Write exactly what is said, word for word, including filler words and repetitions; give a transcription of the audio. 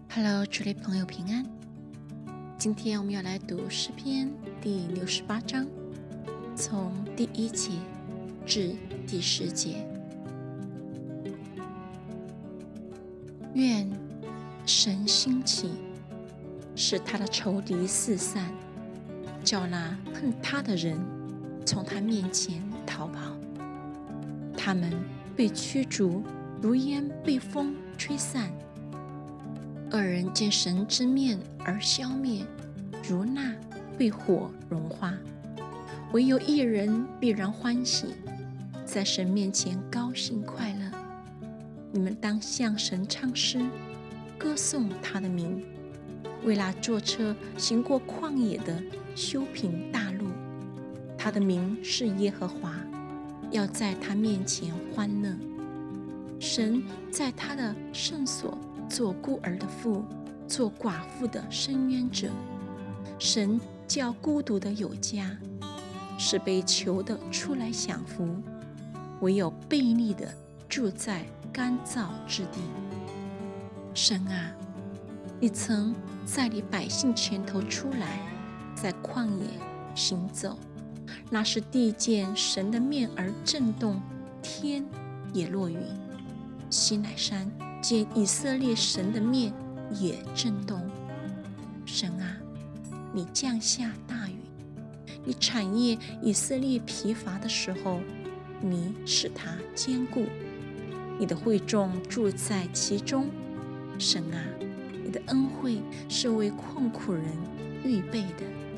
Hello， 主内朋友平安。今天我们要来读诗篇第六十八章，从第一节至第十节。愿神兴起，使他的仇敌四散，叫那恨他的人从他面前逃跑。他们被驱逐，如烟被风吹散。恶人见神之面而消灭，如蜡被火融化。唯有义人必然欢喜，在神面前高兴快乐。你们当向神唱诗，歌颂他的名，为那坐车行过旷野的修平大路。他的名是耶和华，要在他面前欢乐。神在他的圣所做孤儿的父，做寡妇的伸冤者。神叫孤独的有家，使被囚的出来享福。唯有悖逆的住在干燥之地。神啊，你曾在你百姓前头出来，在旷野行走。那是地见神的面而震动，天也落雨。西乃山见以色列神的面也震动。神啊，你降下大雨，你产业以色列疲乏的时候，你使它坚固。你的会众住在其中。神啊，你的恩惠是为困苦人预备的。